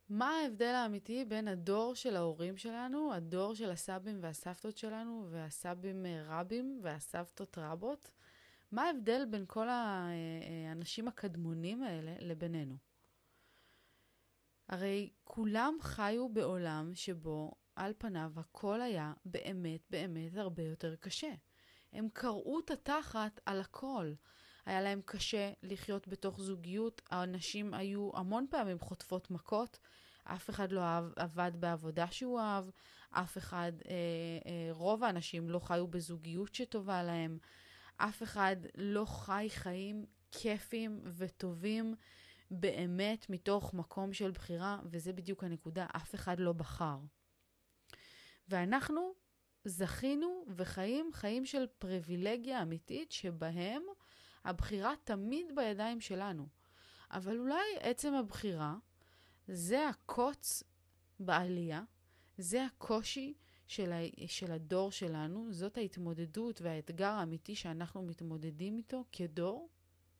מה ההבדל האמיתי בין הדור של ההורים שלנו, הדור של הסבים והסבתות שלנו, והסבים רבים והסבתות רבות? מה ההבדל בין כל האנשים הקדמונים האלה לבינינו? הרי כולם חיו בעולם שבו על פניו הכל היה באמת באמת הרבה יותר קשה. הם קראו את התחת על הכל. היה להם קשה לחיות בתוך זוגיות, האנשים היו המון פעמים חוטפות מכות, אף אחד לא עבד בעבודה שהוא אהב, אף אחד, רוב האנשים לא חיו בזוגיות שטובה להם, אף אחד לא חי חיים כיפים וטובים באמת מתוך מקום של בחירה, וזה בדיוק הנקודה, אף אחד לא בחר. ואנחנו זכינו וחיים חיים של פריבילגיה אמיתית שבהם הבחירה תמיד בידיים שלנו. אבל אולי עצם הבחירה זה הקוץ בעלייה, זה הקושי של הדור שלנו, זאת ההתמודדות והאתגר האמיתי שאנחנו מתמודדים איתו כדור.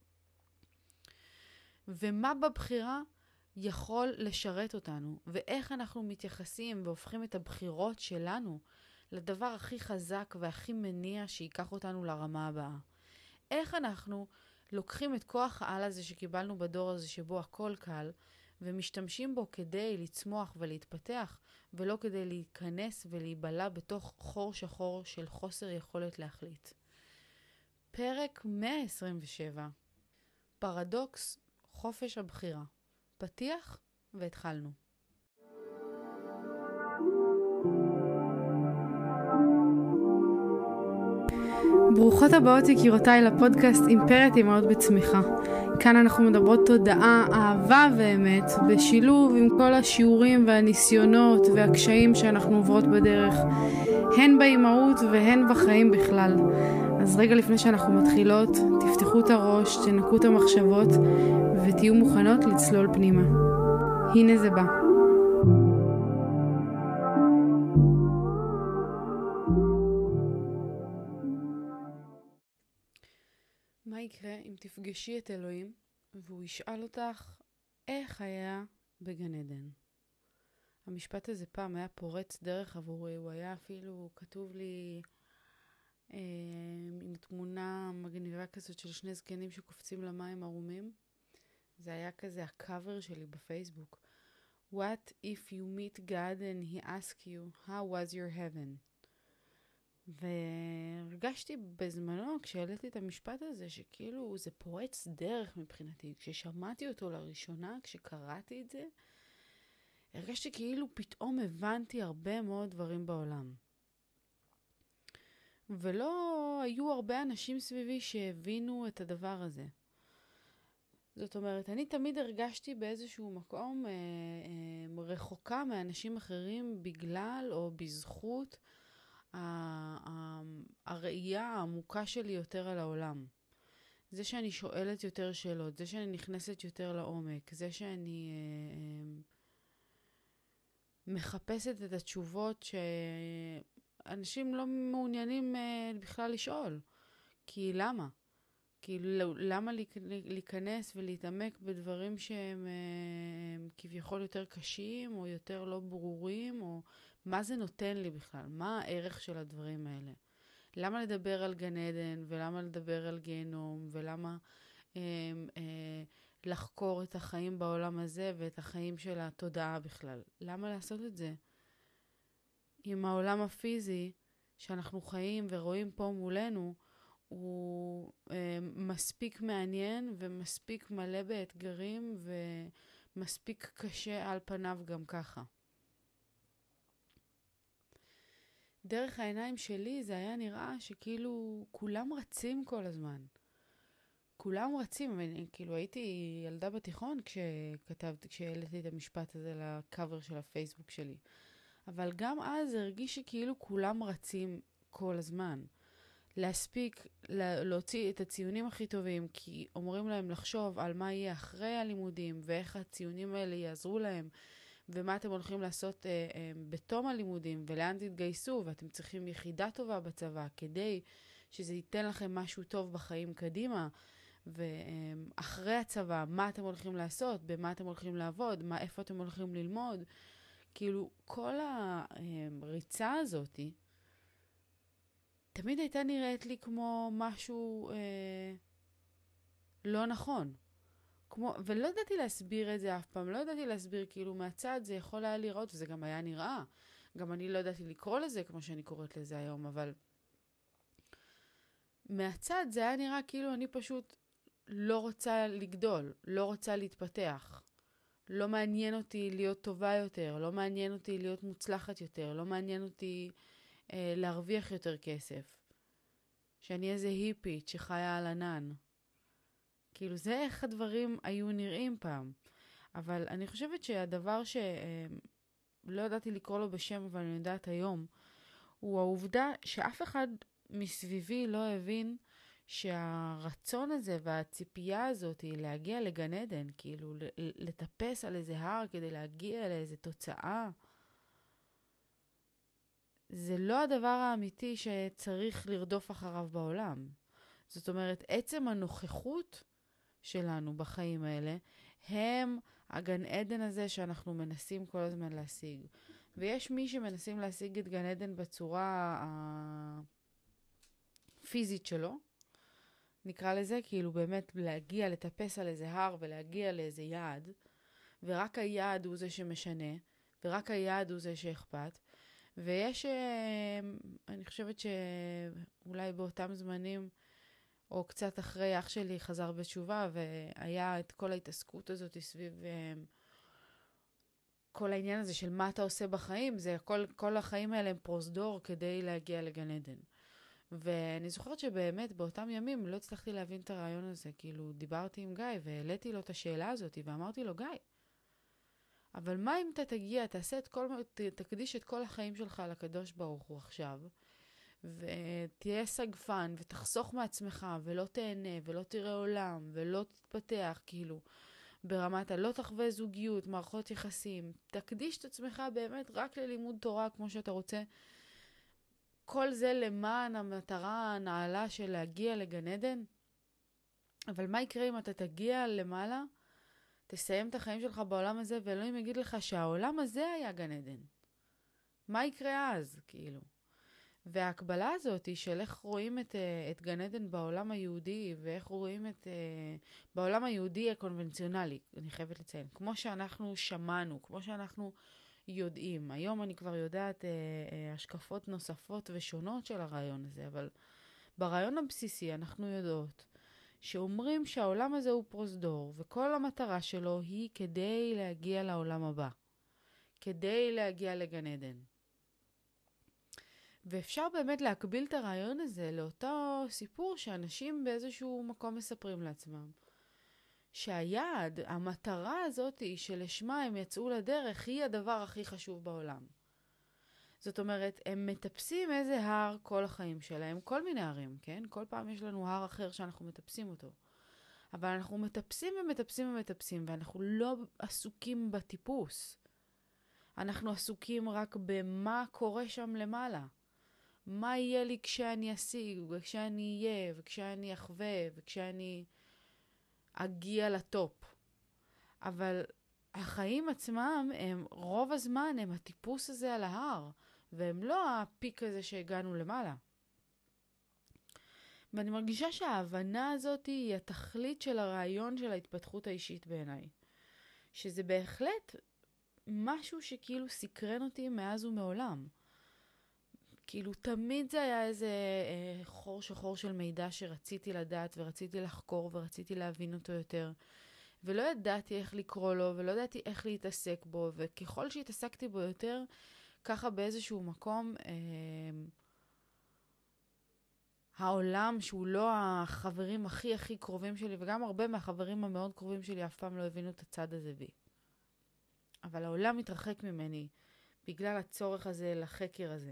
ומה בבחירה יכול לשרת אותנו, ואיך אנחנו מתייחסים והופכים את הבחירות שלנו לדבר הכי חזק והכי מניע שיקח אותנו לרמה הבאה. איך אנחנו לוקחים את כוח העל הזה שקיבלנו בדור הזה שבו הכל קל, ומשתמשים בו כדי לצמוח ולהתפתח, ולא כדי להיכנס ולהיבלה בתוך חור שחור של חוסר יכולת להחליט. פרק 127. פרדוקס חופש הבחירה. פתיח והתחלנו. ברוכות הבאות יקירותיי לפודקאסט אימפרית אימהות בצמיחה. כאן אנחנו מדברות תודעה, אהבה ואמת, בשילוב עם כל השיעורים והניסיונות והקשיים שאנחנו עוברות בדרך, הן באימהות והן בחיים בכלל. אז רגע לפני שאנחנו מתחילות, תפתחו את הראש, תנקו את המחשבות ותהיו מוכנות לצלול פנימה. הנה זה בא. מה יקרה אם תפגשי את אלוהים והוא ישאל אותך איך היה בגן עדן? המשפט הזה פעם היה פורץ דרך עבורי, הוא היה אפילו כתוב לי עם תמונה מגניבה כזאת של שני זקנים שקופצים למים ערומים. זה היה כזה הקאבר שלי בפייסבוק. What if you meet God and he asks you, how was your heaven? והרגשתי בזמנו כשהעליתי את המשפט הזה שכאילו זה פורץ דרך מבחינתי. כששמעתי אותו לראשונה, כשקראתי את זה, הרגשתי כאילו פתאום הבנתי הרבה מאוד דברים בעולם. ולא היו הרבה אנשים סביבי שהבינו את הדבר הזה. זאת אומרת, אני תמיד הרגשתי באיזשהו מקום רחוקה מאנשים אחרים בגלל או בזכות הראייה העמוקה שלי יותר על העולם. זה שאני שואלת יותר שאלות, זה שאני נכנסת יותר לעומק, זה שאני מחפשת את התשובות שאנשים לא מעוניינים בכלל לשאול. כי למה? כי למה להיכנס ולהתעמק בדברים שהם כביכול יותר קשים או יותר לא ברורים, או מה זה נותן לי בכלל? מה הערך של הדברים האלה? למה לדבר על גן עדן ולמה לדבר על גיהנום ולמה לחקור את החיים בעולם הזה ואת החיים של התודעה בכלל? למה לעשות את זה? עם העולם הפיזי שאנחנו חיים ורואים פה מולנו, הוא מספיק מעניין ומספיק מלא באתגרים ומספיק קשה על פניו גם ככה. דרך העיניים שלי זה היה נראה שכאילו כולם רצים כל הזמן. כולם רצים, כאילו הייתי ילדה בתיכון כשהעליתי את המשפט הזה לקאבר של הפייסבוק שלי. אבל גם אז הרגיש שכאילו כולם רצים כל הזמן. להספיק, להוציא את הציונים הכי טובים, כי אומרים להם לחשוב על מה יהיה אחרי הלימודים, ואיך הציונים האלה יעזרו להם, ומה אתם הולכים לעשות בתום הלימודים, ולאן תתגייסו, ואתם צריכים יחידה טובה בצבא, כדי שזה ייתן לכם משהו טוב בחיים קדימה, ואחרי הצבא, מה אתם הולכים לעשות, במה אתם הולכים לעבוד, איפה אתם הולכים ללמוד. כאילו, כל הריצה הזאת תמיד הייתה נראית לי כמו משהו לא נכון. ולא ידעתי להסביר את זה אף פעם, לא ידעתי להסביר, כאילו מהצד זה יכול היה לראות, וזה גם היה נראה. גם אני לא ידעתי לקרוא לזה כמו שאני קוראת לזה היום, אבל מהצד זה היה נראה כאילו אני פשוט לא רוצה לגדול, לא רוצה להתפתח. לא מעניין אותי להיות טובה יותר, לא מעניין אותי להיות מוצלחת יותר, לא מעניין אותי להרוויח יותר כסף. שאני איזה היפית שחיה על ענן. כאילו זה איך הדברים היו נראים פעם. אבל אני חושבת שהדבר שלא ידעתי לקרוא לו בשם, אבל אני יודעת היום, הוא העובדה שאף אחד מסביבי לא הבין שהרצון הזה והציפייה הזאת היא להגיע לגן עדן, כאילו לטפס על איזה הר כדי להגיע לאיזה תוצאה. זה לא הדבר האמיתי שצריך לרדוף אחריו בעולם. זאת אומרת, עצם הנוכחות שלנו בחיים האלה, הם הגן עדן הזה שאנחנו מנסים כל הזמן להשיג. ויש מי שמנסים להשיג את גן עדן בצורה הפיזית שלו, נקרא לזה, כאילו באמת להגיע, לטפס על איזה הר ולהגיע לאיזה יעד, ורק היעד הוא זה שמשנה, ורק היעד הוא זה שאכפת. ויש, אני חושבת שאולי באותם זמנים, או קצת אחרי, אח שלי חזר בתשובה, והיה את כל ההתעסקות הזאת סביב כל העניין הזה של מה אתה עושה בחיים, זה כל החיים האלה הם פרוזדור כדי להגיע לגן עדן. ואני זוכרת שבאמת באותם ימים לא הצלחתי להבין את הרעיון הזה, כאילו דיברתי עם גיא והעליתי לו את השאלה הזאת ואמרתי לו, גיא, אבל מה אם אתה תגיע, תקדיש את כל החיים שלך לקדוש ברוך הוא עכשיו, ותהיה סגפן ותחסוך מעצמך ולא תהנה ולא תראה עולם ולא תתפתח, כאילו ברמת הלא תחווה זוגיות, מערכות יחסים, תקדיש את עצמך באמת רק ללימוד תורה כמו שאתה רוצה, כל זה למען המטרה הנעלה של להגיע לגן עדן. אבל מה יקרה אם אתה תגיע למעלה, תסיים את החיים שלך בעולם הזה, ואלוהים יגיד לך שהעולם הזה היה גן עדן? מה יקרה אז, כאילו? וההקבלה הזאת היא של איך רואים את גן עדן בעולם היהודי, ואיך רואים בעולם היהודי הקונבנציונלי, אני חייבת לציין. כמו שאנחנו שמענו, כמו שאנחנו יודעים. היום אני כבר יודעת השקפות נוספות ושונות של הרעיון הזה, אבל ברעיון הבסיסי אנחנו יודעות שאומרים שהעולם הזה הוא פרוזדור, וכל המטרה שלו היא כדי להגיע לעולם הבא, כדי להגיע לגן עדן. ואפשר באמת להקביל את הרעיון הזה לאותו סיפור שאנשים באיזשהו מקום מספרים לעצמם. שהיעד, המטרה הזאת שלשמה הם יצאו לדרך, היא הדבר הכי חשוב בעולם. זאת אומרת, הם מטפסים איזה הר כל החיים שלהם, כל מיני הרים, כן? כל פעם יש לנו הר אחר שאנחנו מטפסים אותו. אבל אנחנו מטפסים ומטפסים ומטפסים, ואנחנו לא עסוקים בטיפוס. אנחנו עסוקים רק במה קורה שם למעלה. מה יהיה לי כשאני אשיג, וכשאני אהיה, וכשאני אחווה, וכשאני אגיע לטופ. אבל החיים עצמם, רוב הזמן הם הטיפוס הזה על ההר, והם לא הפיק הזה שהגענו למעלה. ואני מרגישה שההבנה הזאת היא התכלית של הרעיון של ההתפתחות האישית בעיניי. שזה בהחלט משהו שכאילו סקרן אותי מאז ומעולם. כאילו תמיד זה היה איזה חור שחור של מידע שרציתי לדעת ורציתי לחקור ורציתי להבין אותו יותר. ולא ידעתי איך לקרוא לו ולא ידעתי איך להתעסק בו, וככל שהתעסקתי בו יותר, ככה באיזשהו מקום העולם שהוא לא החברים הכי הכי קרובים שלי, וגם הרבה מהחברים המאוד קרובים שלי אף פעם לא הבינו את הצד הזה בי. אבל העולם מתרחק ממני בגלל הצורך הזה לחקר הזה.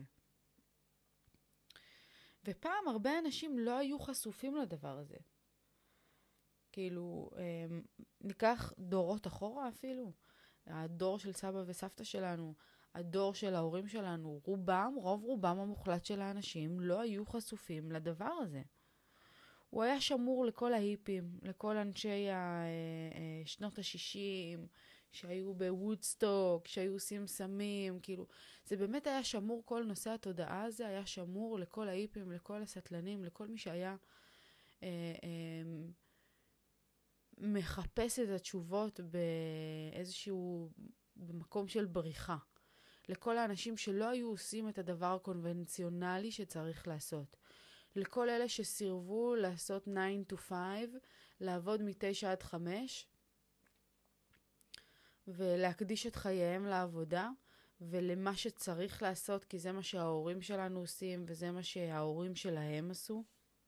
ופעם הרבה אנשים לא היו חשופים לדבר הזה. כאילו, ניקח דורות אחורה אפילו. הדור של סבא וסבתא שלנו, הדור של ההורים שלנו, רוב רובם המוחלט של האנשים לא היו חשופים לדבר הזה. הוא היה שמור לכל ההיפים, לכל אנשי שנות ה-60, שהיו בוודסטוק, שהיו עושים סמים, כאילו, זה באמת היה שמור, כל נושא התודעה הזה היה שמור לכל ההיפים, לכל הסטלנים, לכל מי שהיה אה, אה, מחפש את התשובות באיזשהו, במקום של בריחה. לכל האנשים שלא היו עושים את הדבר הקונבנציונלי שצריך לעשות. לכל אלה שסירבו לעשות 9 to 5, לעבוד מ-9 עד 5, ולהקדיש את חייהם לעבודה, ולמה שצריך לעשות, כי זה מה שההורים שלנו עושים, וזה מה שההורים שלהם עשו.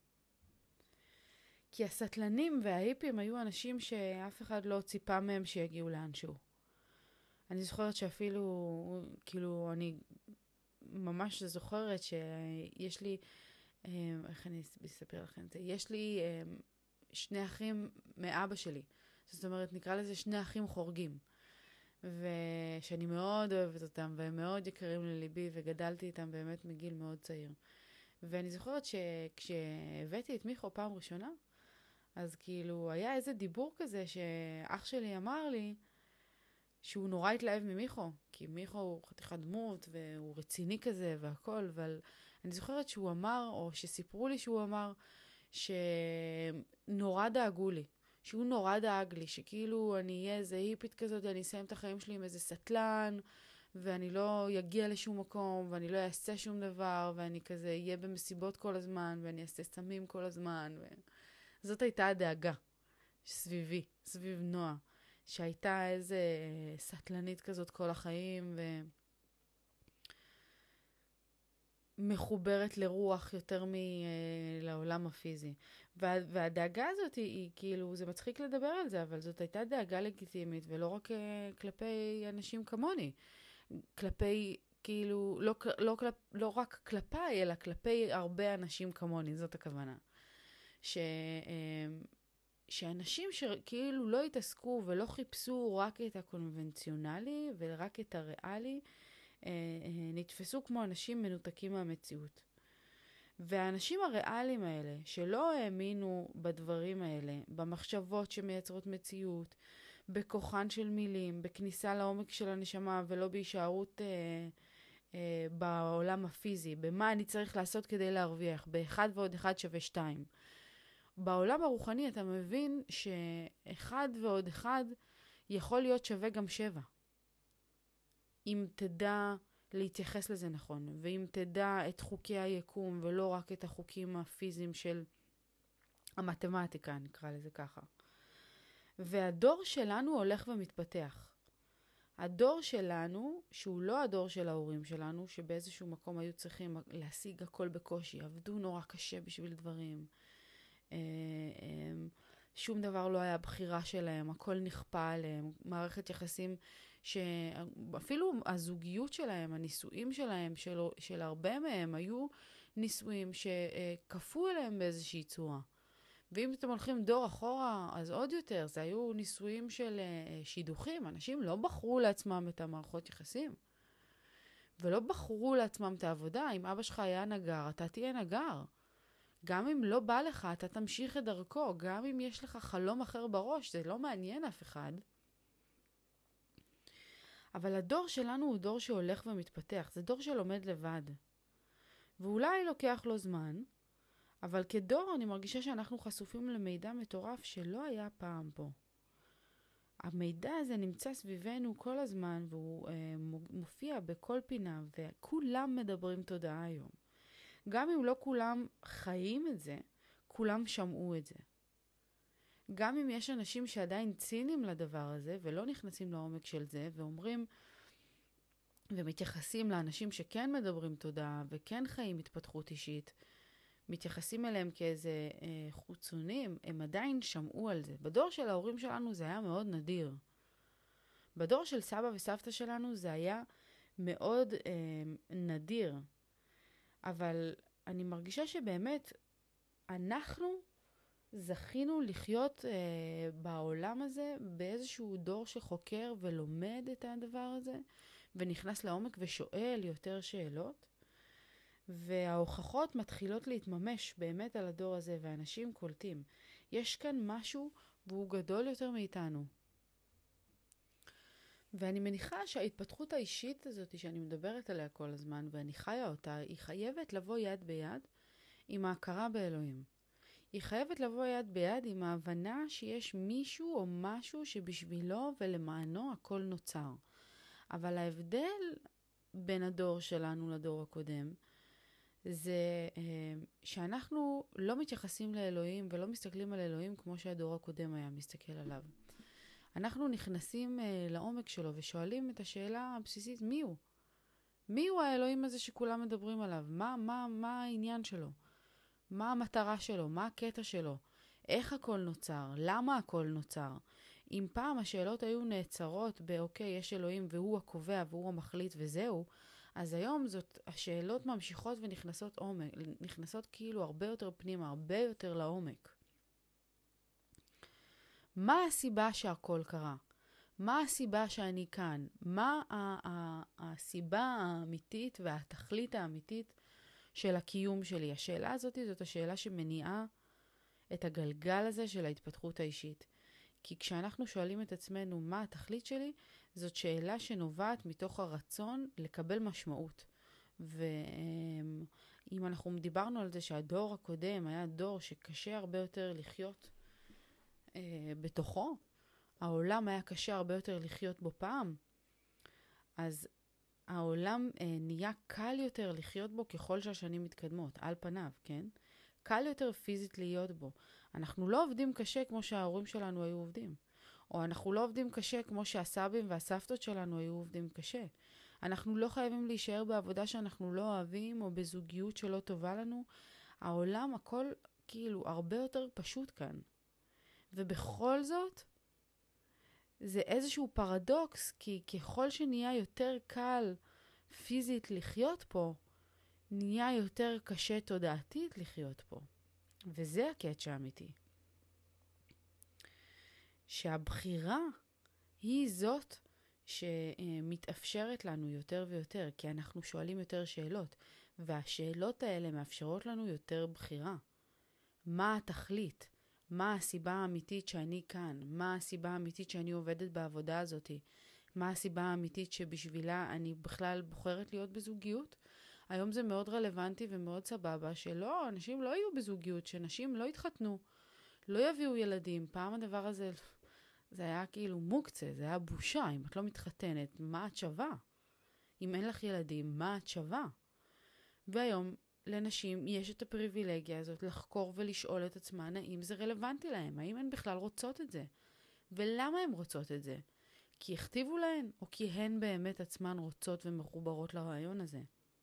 כי הסטלנים וההיפים היו אנשים שאף אחד לא ציפה מהם שיגיעו לאנשהו. אני זוכרת שאפילו, כאילו, אני ממש זוכרת שיש לי, איך אני אספר לכם את זה? יש לי שני אחים מאבא שלי. זאת אומרת, נקרא לזה שני אחים חורגים. ושאני מאוד אוהבת אותם, והם מאוד יקרים לליבי, וגדלתי איתם באמת מגיל מאוד צעיר. ואני זוכרת שכשהבאתי את מיכו פעם ראשונה, אז כאילו היה איזה דיבור כזה שאח שלי אמר לי, שהוא נורא התלהב ממיכו, כי מיכו הוא חתיכת דמות, והוא רציני כזה והכל, אבל אני זוכרת שהוא אמר, או שסיפרו לי שהוא אמר, שנורא דאגו לי, שהוא נורא דאג לי, שכאילו אני אהיה איזה היפית כזאת, אני אסיים את החיים שלי עם איזה סטלן, ואני לא אגיע לשום מקום, ואני לא אעשה שום דבר, ואני כזה אהיה במסיבות כל הזמן, ואני אעשה סמים כל הזמן. זאת הייתה הדאגה סביבי, סביב נועה. שהייתה איזה סטלנית כזאת כל החיים, ומחוברת לרוח יותר לעולם הפיזי. והדאגה הזאת היא כאילו, זה מצחיק לדבר על זה, אבל זאת הייתה דאגה לגיטימית, ולא רק כלפי אנשים כמוני. כלפי, כאילו, לא רק כלפיי, אלא כלפי הרבה אנשים כמוני, זאת הכוונה. שאנשים שכאילו לא התעסקו ולא חיפשו רק את הקונבנציונלי ורק את הריאלי, נתפסו כמו אנשים מנותקים מהמציאות. והאנשים הריאליים האלה, שלא האמינו בדברים האלה, במחשבות שמייצרות מציאות, בכוחן של מילים, בכניסה לעומק של הנשמה ולא בהישארות בעולם הפיזי, במה אני צריך לעשות כדי להרוויח, באחד ועוד אחד שווה 2. בעולם הרוחני אתה מבין שאחד ועוד אחד יכול להיות שווה גם 7. אם תדע להתייחס לזה נכון, ואם תדע את חוקי היקום ולא רק את החוקים הפיזיים של המתמטיקה, נקרא לזה ככה. והדור שלנו הולך ומתפתח. הדור שלנו, שהוא לא הדור של ההורים שלנו, שבאיזשהו מקום היו צריכים להשיג הכל בקושי, עבדו נורא קשה בשביל דברים. שום דבר לא היה בחירה שלהם, הכל נכפה עליהם, מערכת יחסים שאפילו הזוגיות שלהם, הנישואים שלהם, של הרבה מהם, היו נישואים שכפו אליהם באיזושהי צורה. ואם אתם הולכים דור אחורה, אז עוד יותר, זה היו נישואים של שידוכים, אנשים לא בחרו לעצמם את המערכות יחסים, ולא בחרו לעצמם את העבודה. אם אבא שלך היה נגר, אתה תהיה נגר. גם אם לא בא לך, אתה תמשיך את דרכו. גם אם יש לך חלום אחר בראש, זה לא מעניין אף אחד. אבל הדור שלנו הוא דור שהולך ומתפתח. זה דור שלומד לבד. ואולי לוקח לו זמן, אבל כדור אני מרגישה שאנחנו חשופים למידע מטורף שלא היה פעם פה. המידע הזה נמצא סביבנו כל הזמן, והוא מופיע בכל פינה, וכולם מדברים תודעה היום. גם אם לא כולם חיים את זה, כולם שמעו את זה. גם אם יש אנשים שעדיין ציניים לדבר הזה, ולא נכנסים לעומק של זה, ואומרים ומתייחסים לאנשים שכן מדברים תודעה, וכן חיים התפתחות אישית, מתייחסים אליהם כאיזה חוצונים, הם עדיין שמעו על זה. בדור של ההורים שלנו זה היה מאוד נדיר. בדור של סבא וסבתא שלנו זה היה מאוד נדיר. אבל אני מרגישה שבאמת אנחנו זכינו לחיות בעולם הזה באיזשהו דור שחוקר ולומד את הדבר הזה, ונכנס לעומק ושואל יותר שאלות. וההוכחות מתחילות להתממש באמת על הדור הזה, ואנשים קולטים. יש כאן משהו והוא גדול יותר מאיתנו. ואני מניחה שההתפתחות האישית הזאת שאני מדברת עליה כל הזמן, ואני חיה אותה, היא חייבת לבוא יד ביד עם ההכרה באלוהים. היא חייבת לבוא יד ביד עם ההבנה שיש מישהו או משהו שבשבילו ולמענו הכל נוצר. אבל ההבדל בין הדור שלנו לדור הקודם, זה שאנחנו לא מתייחסים לאלוהים ולא מסתכלים על אלוהים כמו שהדור הקודם היה מסתכל עליו. אנחנו נכנסים לעומק שלו ושואלים את השאלה הבסיסית, מי הוא? מי הוא האלוהים הזה שכולם מדברים עליו? מה העניין שלו? מה המטרה שלו? מה הקטע שלו? איך הכל נוצר? למה הכל נוצר? אם פעם השאלות היו נעצרות באוקיי, יש אלוהים והוא הקובע והוא המחליט וזהו, אז היום השאלות ממשיכות ונכנסות עומק, נכנסות כאילו הרבה יותר פנימה, הרבה יותר לעומק. מה הסיבה שהכל קרה? מה הסיבה שאני כאן? מה הסיבה האמיתית והתכלית האמיתית של הקיום שלי? השאלה הזאת זאת השאלה שמניעה את הגלגל הזה של ההתפתחות האישית. כי כשאנחנו שואלים את עצמנו מה התכלית שלי, זאת שאלה שנובעת מתוך הרצון לקבל משמעות. ואם אנחנו דיברנו על זה שהדור הקודם היה דור שקשה הרבה יותר לחיות בתוכו, העולם היה קשה הרבה יותר לחיות בו פעם, אז העולם נהיה קל יותר לחיות בו ככל שהשנים מתקדמות, על פניו, כן? קל יותר פיזית להיות בו. אנחנו לא עובדים קשה כמו שההורים שלנו היו עובדים. או אנחנו לא עובדים קשה כמו שהסבים והסבתות שלנו היו עובדים קשה. אנחנו לא חייבים להישאר בעבודה שאנחנו לא אוהבים, או בזוגיות שלא טובה לנו. העולם הכל כאילו הרבה יותר פשוט כאן. ובכל זאת, זה איזשהו פרדוקס, כי ככל שנהיה יותר קל פיזית לחיות פה, נהיה יותר קשה תודעתית לחיות פה. וזה הקטע האמיתי. שהבחירה היא זאת שמתאפשרת לנו יותר ויותר, כי אנחנו שואלים יותר שאלות, והשאלות האלה מאפשרות לנו יותר בחירה. מה התכלית? מה הסיבה האמיתית שאני כאן? מה הסיבה האמיתית שאני עובדת בעבודה הזאת? מה הסיבה האמיתית שבשבילה אני בכלל בוחרת להיות בזוגיות? היום זה מאוד רלוונטי ומאוד סבבה שלא, אנשים לא יהיו בזוגיות, שנשים לא יתחתנו, לא יביאו ילדים. פעם הדבר הזה, זה היה כאילו מוקצה, זה היה בושה. אם את לא מתחתנת, מה את שווה? אם אין לך ילדים, מה את שווה? והיום לנשים יש את הפריבילגיה הזאת לחקור ולשאול את עצמן האם זה רלוונטי להם, האם הן בכלל רוצות את זה. ולמה הן רוצות את זה? כי הכתיבו להן, או כי הן באמת עצמן רוצות ומחוברות לרעיון הזה.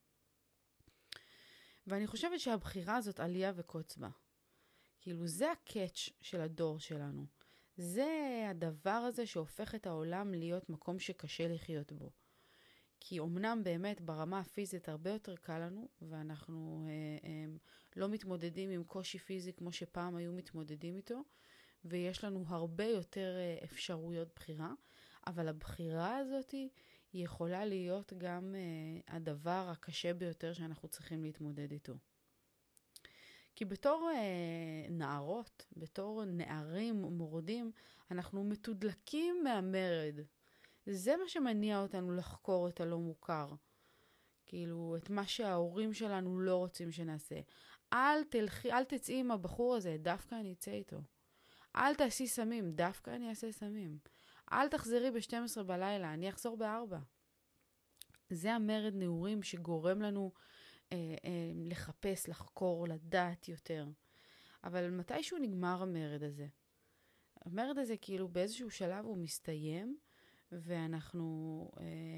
ואני חושבת שהבחירה הזאת עלייה וקוץ בה. כאילו זה הקאץ' של הדור שלנו. זה הדבר הזה שהופך את העולם להיות מקום שקשה לחיות בו. כי אמנם באמת ברמה הפיזית הרבה יותר קל לנו, ואנחנו לא מתמודדים עם קושי פיזי כמו שפעם היו מתמודדים איתו, ויש לנו הרבה יותר אפשרויות בחירה, אבל הבחירה הזאת היא יכולה להיות גם הדבר הקשה ביותר שאנחנו צריכים להתמודד איתו. כי בתור נערות, בתור נערים מורדים, אנחנו מתודלקים מהמרד. זה מה שמניע אותנו לחקור את הלא מוכר. כאילו, את מה שההורים שלנו לא רוצים שנעשה. אל תצאי עם הבחור הזה, דווקא אני אצא איתו. אל תעשי סמים, דווקא אני אעשה סמים. אל תחזרי ב-12 בלילה, אני אחזור ב-4. זה המרד נעורים שגורם לנו לחפש, לחקור, לדעת יותר. אבל מתישהו נגמר המרד הזה. המרד הזה כאילו באיזשהו שלב הוא מסתיים, ואנחנו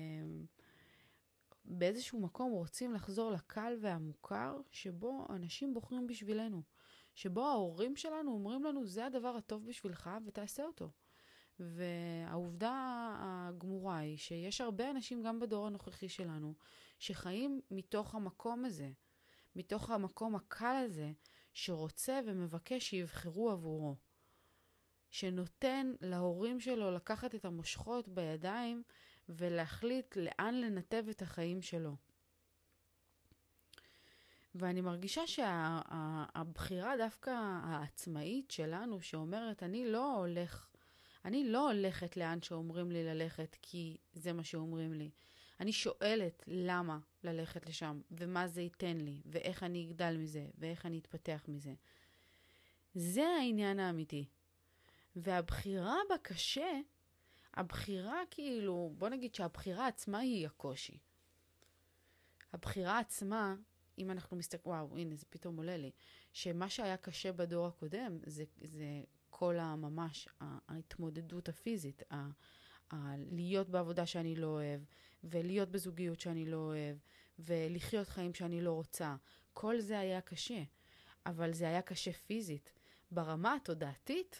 באיזשהו מקום רוצים לחזור לקל והמוכר, שבו אנשים בוחרים בשבילנו. שבו ההורים שלנו אומרים לנו, זה הדבר הטוב בשבילך ותעשה אותו. והעובדה הגמורה היא שיש הרבה אנשים גם בדור הנוכחי שלנו, שחיים מתוך המקום הזה, מתוך המקום הקל הזה, שרוצה ומבקש שיבחרו עבורו. שנותן להורים שלו לקחת את המושכות בידיים ולהחליט לאן לנתב את החיים שלו. ואני מרגישה שהבחירה דווקא העצמאית שלנו שאומרת, אני לא הולכת לאן שאומרים לי ללכת כי זה מה שאומרים לי. אני שואלת למה ללכת לשם ומה זה ייתן לי ואיך אני אגדל מזה ואיך אני אתפתח מזה. זה העניין האמיתי. והבחירה בקשה, הבחירה כאילו, בוא נגיד שהבחירה עצמה היא הקושי. הבחירה עצמה, אם אנחנו מסתכלים, וואו, הנה, זה פתאום עולה לי, שמה שהיה קשה בדור הקודם, זה כל הממש, ההתמודדות הפיזית, להיות בעבודה שאני לא אוהב, ולהיות בזוגיות שאני לא אוהב, ולחיות חיים שאני לא רוצה. כל זה היה קשה, אבל זה היה קשה פיזית. ברמה התודעתית,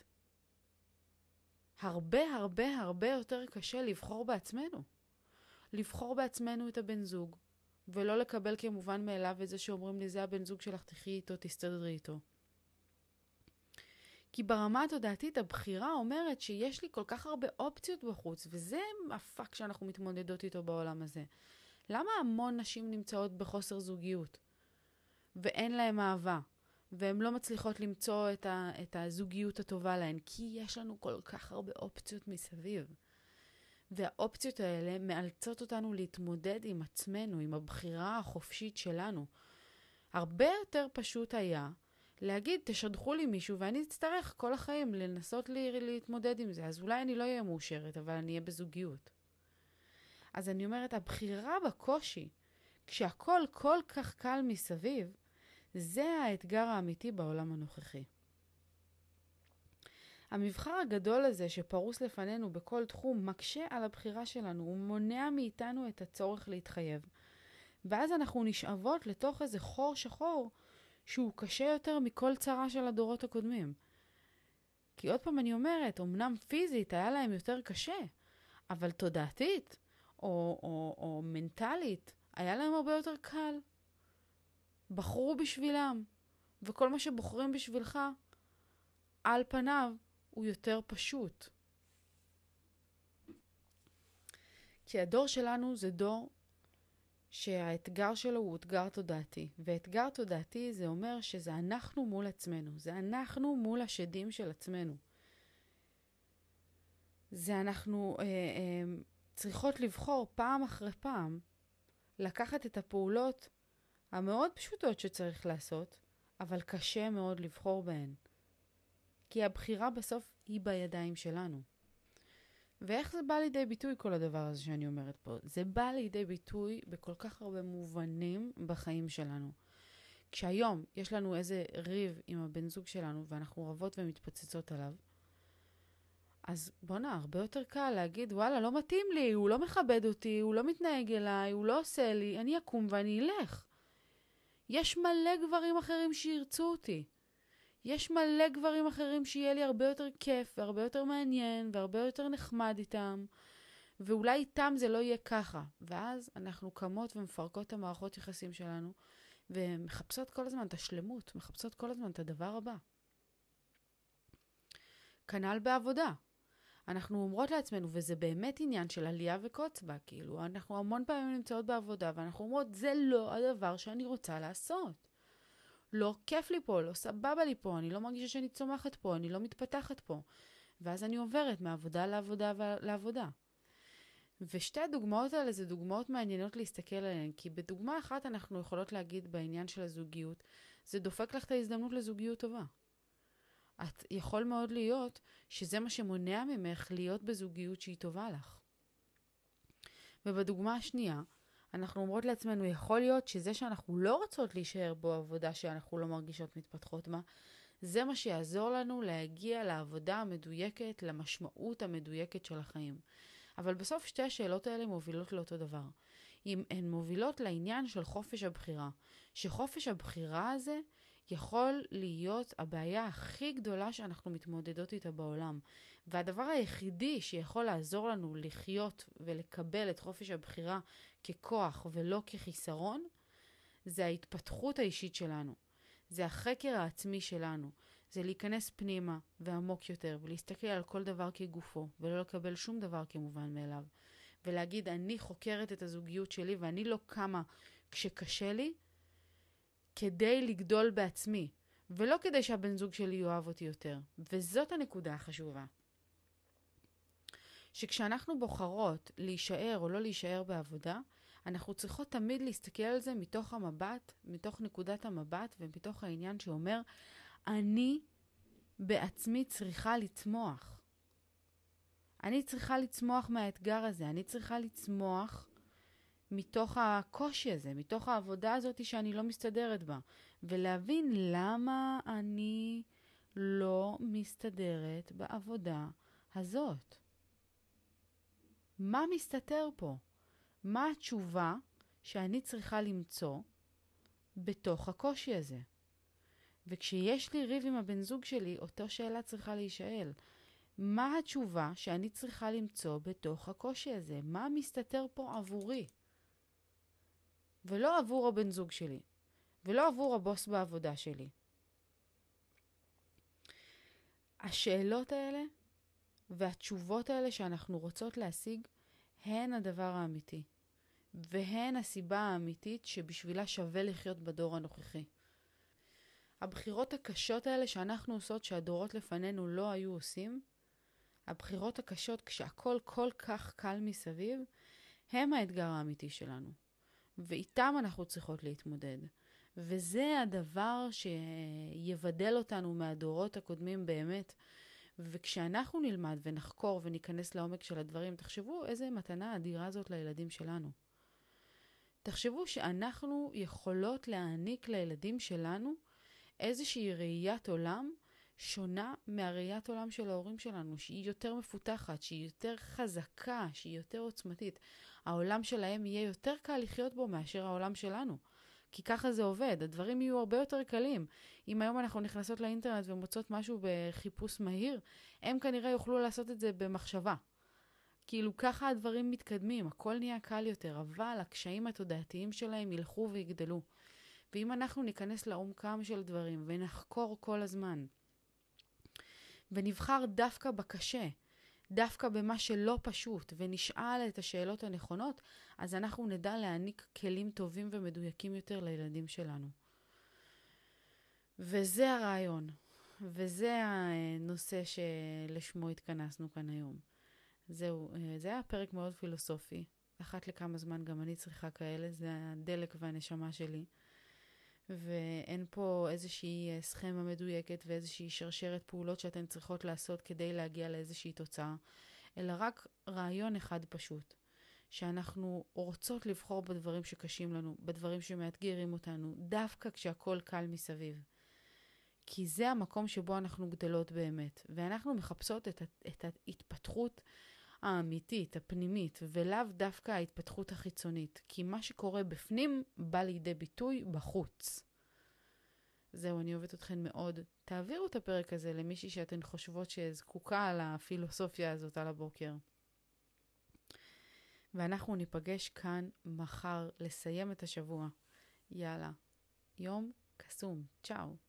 הרבה הרבה הרבה יותר קשה לבחור בעצמנו. לבחור בעצמנו את הבן זוג, ולא לקבל כמובן מאליו את זה שאומרים לי, זה הבן זוג שלך, תחי איתו, תסתדרי איתו. כי ברמה התודעתית הבחירה אומרת שיש לי כל כך הרבה אופציות בחוץ, וזה הפאק שאנחנו מתמודדות איתו בעולם הזה. למה המון נשים נמצאות בחוסר זוגיות, ואין להן אהבה, והן לא מצליחות למצוא את הזוגיות הטובה להן? כי יש לנו כל כך הרבה אופציות מסביב. והאופציות האלה מאלצות אותנו להתמודד עם עצמנו, עם הבחירה החופשית שלנו. הרבה יותר פשוט היה להגיד, תשדחו לי מישהו ואני אצטרך כל החיים לנסות להתמודד עם זה. אז אולי אני לא אהיה מאושרת, אבל אני אהיה בזוגיות. אז אני אומרת, הבחירה בקושי, כשהכל כל כך קל מסביב, זה האתגר האמיתי בעולם הנוכחי. המבחר הגדול הזה שפרוס לפנינו בכל תחום מקשה על הבחירה שלנו, הוא מונע מאיתנו את הצורך להתחייב. ואז אנחנו נשאבות לתוך איזה חור שחור שהוא קשה יותר מכל צרה של הדורות הקודמים. כי עוד פעם אני אומרת, אמנם פיזית היה להם יותר קשה, אבל תודעתית או מנטלית היה להם הרבה יותר קל. בחרו בשבילם, וכל מה שבוחרים בשבילך, על פניו, הוא יותר פשוט. כי הדור שלנו זה דור שהאתגר שלו הוא אתגר תודעתי. ואתגר תודעתי זה אומר שזה אנחנו מול עצמנו. זה אנחנו מול השדים של עצמנו. זה אנחנו צריכות לבחור פעם אחרי פעם, לקחת את הפעולות המאוד פשוטות שצריך לעשות, אבל קשה מאוד לבחור בהן. כי הבחירה בסוף היא בידיים שלנו. ואיך זה בא לידי ביטוי כל הדבר הזה שאני אומרת פה? זה בא לידי ביטוי בכל כך הרבה מובנים בחיים שלנו. כשהיום יש לנו איזה ריב עם הבן זוג שלנו ואנחנו רבות ומתפוצצות עליו, אז בוא'נה, הרבה יותר קל להגיד, וואלה, לא מתאים לי, הוא לא מכבד אותי, הוא לא מתנהג אליי, הוא לא עושה לי, אני אקום ואני אלך. יש מלא גברים אחרים שירצו אותי. יש מלא גברים אחרים שיהיה לי הרבה יותר כיף והרבה יותר מעניין והרבה יותר נחמד איתם, ואולי איתם זה לא יהיה ככה. ואז אנחנו קמות ומפרקות את המערכות יחסים שלנו, ומחפשות כל הזמן את השלמות, מחפשות כל הזמן את הדבר הבא. כנ"ל בעבודה. אנחנו אומרות לעצמנו, וזה באמת עניין של עלייה וקוצבה, כאילו, אנחנו המון פעמים נמצאות בעבודה, ואנחנו אומרות, זה לא הדבר שאני רוצה לעשות. לא כיף לי פה, לא סבבה לי פה, אני לא מרגישה שאני צומחת פה, אני לא מתפתחת פה. ואז אני עוברת מעבודה לעבודה לעבודה. ושתי הדוגמאות האלה זה דוגמאות מעניינות להסתכל עליהן, כי בדוגמה אחת אנחנו יכולות להגיד בעניין של הזוגיות, זה דופק לך את ההזדמנות לזוגיות טובה. את יכול מאוד להיות שזה מה שמונע ממך להיות בזוגיות שהיא טובה לך. ובדוגמה השנייה, אנחנו אומרות לעצמנו, יכול להיות שזה שאנחנו לא רוצות להישאר בו עבודה שאנחנו לא מרגישות מתפתחות בה, זה מה שיעזור לנו להגיע לעבודה המדויקת, למשמעות המדויקת של החיים. אבל בסוף שתי השאלות האלה מובילות לאותו דבר. הן מובילות לעניין של חופש הבחירה. שחופש הבחירה הזה יכול להיות הבעיה הכי גדולה שאנחנו מתמודדות איתה בעולם. והדבר היחידי שיכול לעזור לנו לחיות ולקבל את חופש הבחירה ככוח ולא כחיסרון, זה ההתפתחות האישית שלנו. זה החקר העצמי שלנו. זה להיכנס פנימה ועמוק יותר ולהסתכל על כל דבר כגופו ולא לקבל שום דבר כמובן מאליו. ולהגיד, אני חוקרת את הזוגיות שלי ואני לא קמה כשקשה לי, כדי לגדול בעצמי, ולא כדי שהבן זוג שלי יאהב אותי יותר. וזאת הנקודה החשובה. שכשאנחנו בוחרות להישאר או לא להישאר בעבודה, אנחנו צריכות תמיד להסתכל על זה מתוך המבט, מתוך נקודת המבט ומתוך העניין שאומר, אני בעצמי צריכה לצמוח. אני צריכה לצמוח מהאתגר הזה, אני צריכה לצמוח מתוך הקושי הזה, מתוך העבודה הזאת שאני לא מסתדרת בה, ולהבין למה אני לא מסתדרת בעבודה הזאת. מה מסתתר פה? מה התשובה שאני צריכה למצוא בתוך הקושי הזה? וכשיש לי ריב עם הבן זוג שלי, אותו שאלה צריכה להישאל. מה התשובה שאני צריכה למצוא בתוך הקושי הזה? מה מסתתר פה עבורי? ולא עבור הבן זוג שלי, ולא עבור הבוס בעבודה שלי. השאלות האלה והתשובות האלה שאנחנו רוצות להשיג, הן הדבר האמיתי. והן הסיבה האמיתית שבשבילה שווה לחיות בדור הנוכחי. הבחירות הקשות האלה שאנחנו עושות שהדורות לפנינו לא היו עושים, הבחירות הקשות כשהכל כל כך קל מסביב, הם האתגר האמיתי שלנו. ואיתם אנחנו צריכות להתמודד. וזה הדבר שיבדל אותנו מהדורות הקודמים באמת. וכשאנחנו נלמד ונחקור וניכנס לעומק של הדברים, תחשבו איזה מתנה אדירה זאת לילדים שלנו. תחשבו שאנחנו יכולות להעניק לילדים שלנו איזושהי ראיית עולם שונה מהראיית עולם של ההורים שלנו, שהיא יותר מפותחת, שהיא יותר חזקה, שהיא יותר עוצמתית. העולם שלהם יהיה יותר קל לחיות בו מאשר העולם שלנו. כי ככה זה עובד, הדברים יהיו הרבה יותר קלים. אם היום אנחנו נכנסות לאינטרנט ומוצאות משהו בחיפוש מהיר, הם כנראה יוכלו לעשות את זה במחשבה. כאילו ככה הדברים מתקדמים, הכל נהיה קל יותר, אבל הקשיים התודעתיים שלהם ילכו ויגדלו. ואם אנחנו ניכנס לעומקם של דברים ונחקור כל הזמן, ונבחר דווקא בקשה, דווקא במה שלא פשוט, ונשאל את השאלות הנכונות, אז אנחנו נדע להעניק כלים טובים ומדויקים יותר לילדים שלנו. וזה הרעיון, וזה הנושא שלשמו התכנסנו כאן היום. זהו, זה היה פרק מאוד פילוסופי. אחת לכמה זמן גם אני צריכה כאלה, זה הדלק והנשמה שלי. ואין פה איזושהי סכמה מדויקת ואיזושהי שרשרת פעולות שאתן צריכות לעשות כדי להגיע לאיזושהי תוצאה, אלא רק רעיון אחד פשוט, שאנחנו רוצות לבחור בדברים שקשים לנו, בדברים שמאתגרים אותנו, דווקא כשהכל קל מסביב. כי זה המקום שבו אנחנו גדלות באמת, ואנחנו מחפשות את ההתפתחות האמיתית, הפנימית, ולאו דווקא ההתפתחות החיצונית, כי מה שקורה בפנים בא לידי ביטוי בחוץ. זהו, אני אוהבת אתכן מאוד. תעבירו את הפרק הזה למישהי שאתן חושבות שזקוקה על הפילוסופיה הזאת על הבוקר. ואנחנו ניפגש כאן מחר לסיים את השבוע. יאללה, יום קסום. צ'או.